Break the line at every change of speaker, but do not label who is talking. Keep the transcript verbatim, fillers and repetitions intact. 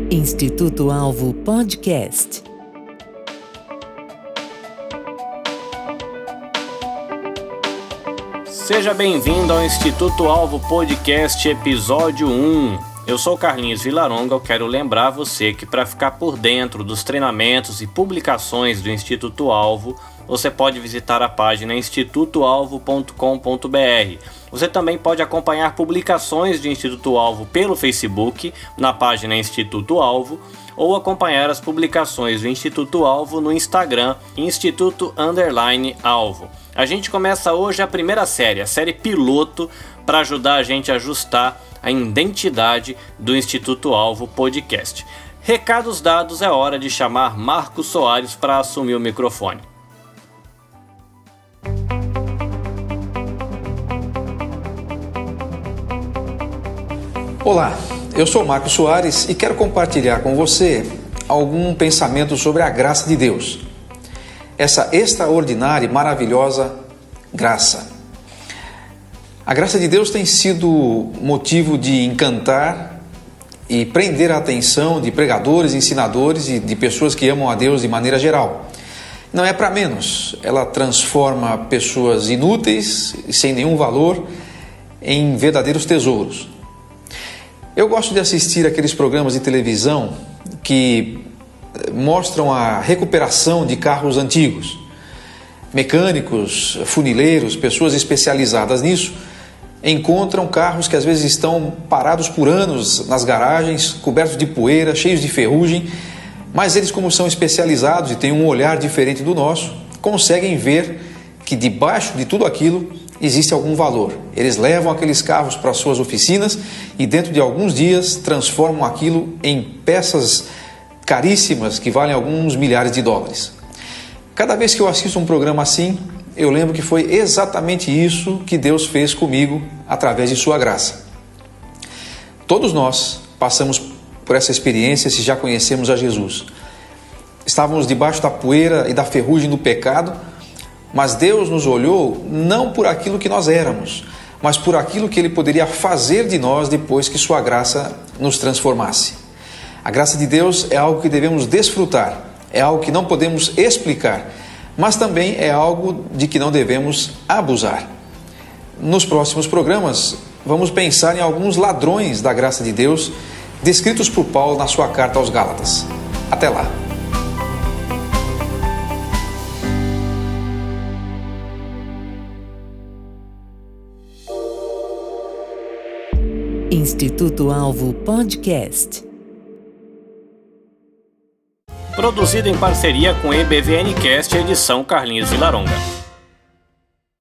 Instituto Alvo Podcast.
Seja bem-vindo ao Instituto Alvo Podcast, episódio um. Eu sou Carlinhos Vilaronga. Eu quero lembrar você que para ficar por dentro dos treinamentos e publicações do Instituto Alvo, você pode visitar a página instituto alvo ponto com ponto b r. Você também pode acompanhar publicações do Instituto Alvo pelo Facebook, na página Instituto Alvo, ou acompanhar as publicações do Instituto Alvo no Instagram, Instituto Underline Alvo. A gente começa hoje a primeira série, a série piloto, para ajudar a gente a ajustar a identidade do Instituto Alvo Podcast. Recados dados, é hora de chamar Marcos Soares para assumir o microfone.
Olá, eu sou Marcos Soares e quero compartilhar com você algum pensamento sobre a graça de Deus. Essa extraordinária e maravilhosa graça. A graça de Deus tem sido motivo de encantar e prender a atenção de pregadores, ensinadores e de pessoas que amam a Deus de maneira geral. Não é para menos, ela transforma pessoas inúteis e sem nenhum valor em verdadeiros tesouros. Eu gosto de assistir aqueles programas de televisão que mostram a recuperação de carros antigos. Mecânicos, funileiros, pessoas especializadas nisso, encontram carros que às vezes estão parados por anos nas garagens, cobertos de poeira, cheios de ferrugem, mas eles, como são especializados e têm um olhar diferente do nosso, conseguem ver que debaixo de tudo aquilo existe algum valor. Eles levam aqueles carros para suas oficinas e dentro de alguns dias transformam aquilo em peças caríssimas que valem alguns milhares de dólares. Cada vez que eu assisto um programa assim, eu lembro que foi exatamente isso que Deus fez comigo através de sua graça. Todos nós passamos por essa experiência se já conhecemos a Jesus. Estávamos debaixo da poeira e da ferrugem do pecado, mas Deus nos olhou não por aquilo que nós éramos, mas por aquilo que Ele poderia fazer de nós depois que sua graça nos transformasse. A graça de Deus é algo que devemos desfrutar, é algo que não podemos explicar, mas também é algo de que não devemos abusar. Nos próximos programas, vamos pensar em alguns ladrões da graça de Deus, descritos por Paulo na sua carta aos Gálatas. Até lá!
Instituto Alvo Podcast.
Produzido em parceria com E B V N Cast, edição Carlinhos Vilaronga.